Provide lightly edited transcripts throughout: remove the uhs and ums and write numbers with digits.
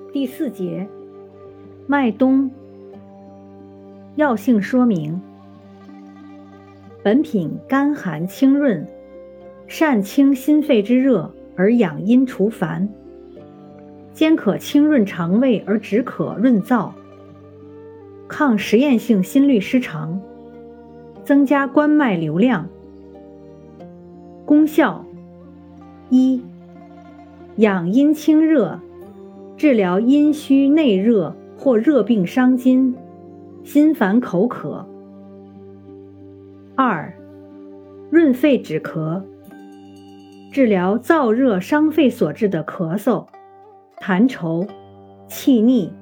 第4节，麦冬。药性说明：本品甘寒清润，善清心肺之热而养阴除烦，兼可清润肠胃而止渴润燥，抗实验性心律失常，增加关脉流量。功效：一、养阴清热，治疗阴虚内热或热病伤津、心烦口渴。2、润肺止咳，治疗燥热伤肺所致的咳嗽、痰稠、气逆。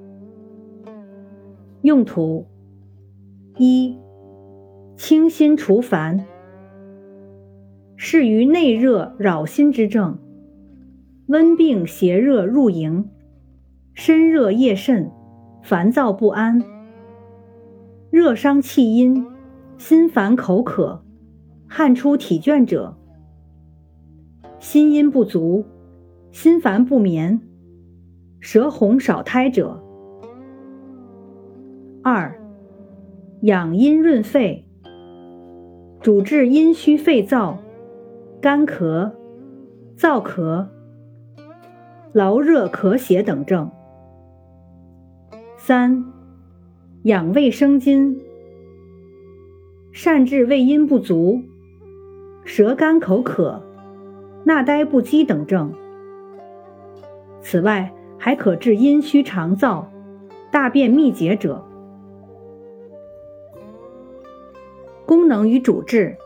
用途：一、清心除烦，适于内热扰心之症，温病邪热入营，身热夜甚，烦躁不安，热伤气阴，心烦口渴，汗出体倦者，心阴不足，心烦不眠，舌红少苔者。2、养阴润肺，主治阴虚肺燥、干咳、燥咳、劳热咳血等症。3、养胃生津，善治胃阴不足、舌干口渴、纳呆不饥等症。此外，还可治阴虚肠燥、大便秘结者。功能与主治：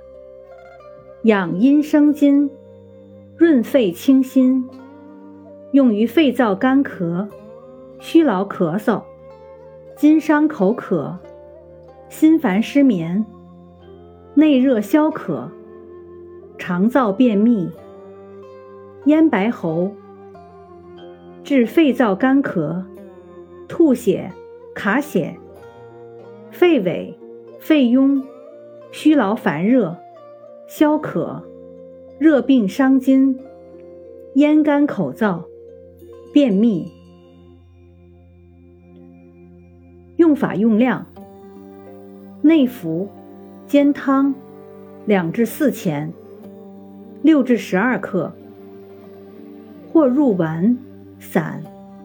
养阴生津，润肺清心，用于肺燥干咳、虚劳咳嗽、津伤口渴、心烦失眠、内热消渴、肠燥便秘、咽白喉，治肺燥干咳、吐血、卡血、肺痿、肺痈、虚劳烦热、消渴、热病伤津、咽干口燥、便秘。用法用量：内服，煎汤2至4钱，6至12克，或入丸散。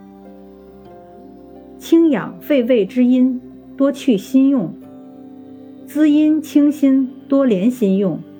清养肺胃之阴，多去辛用；滋阴清心，多连心用。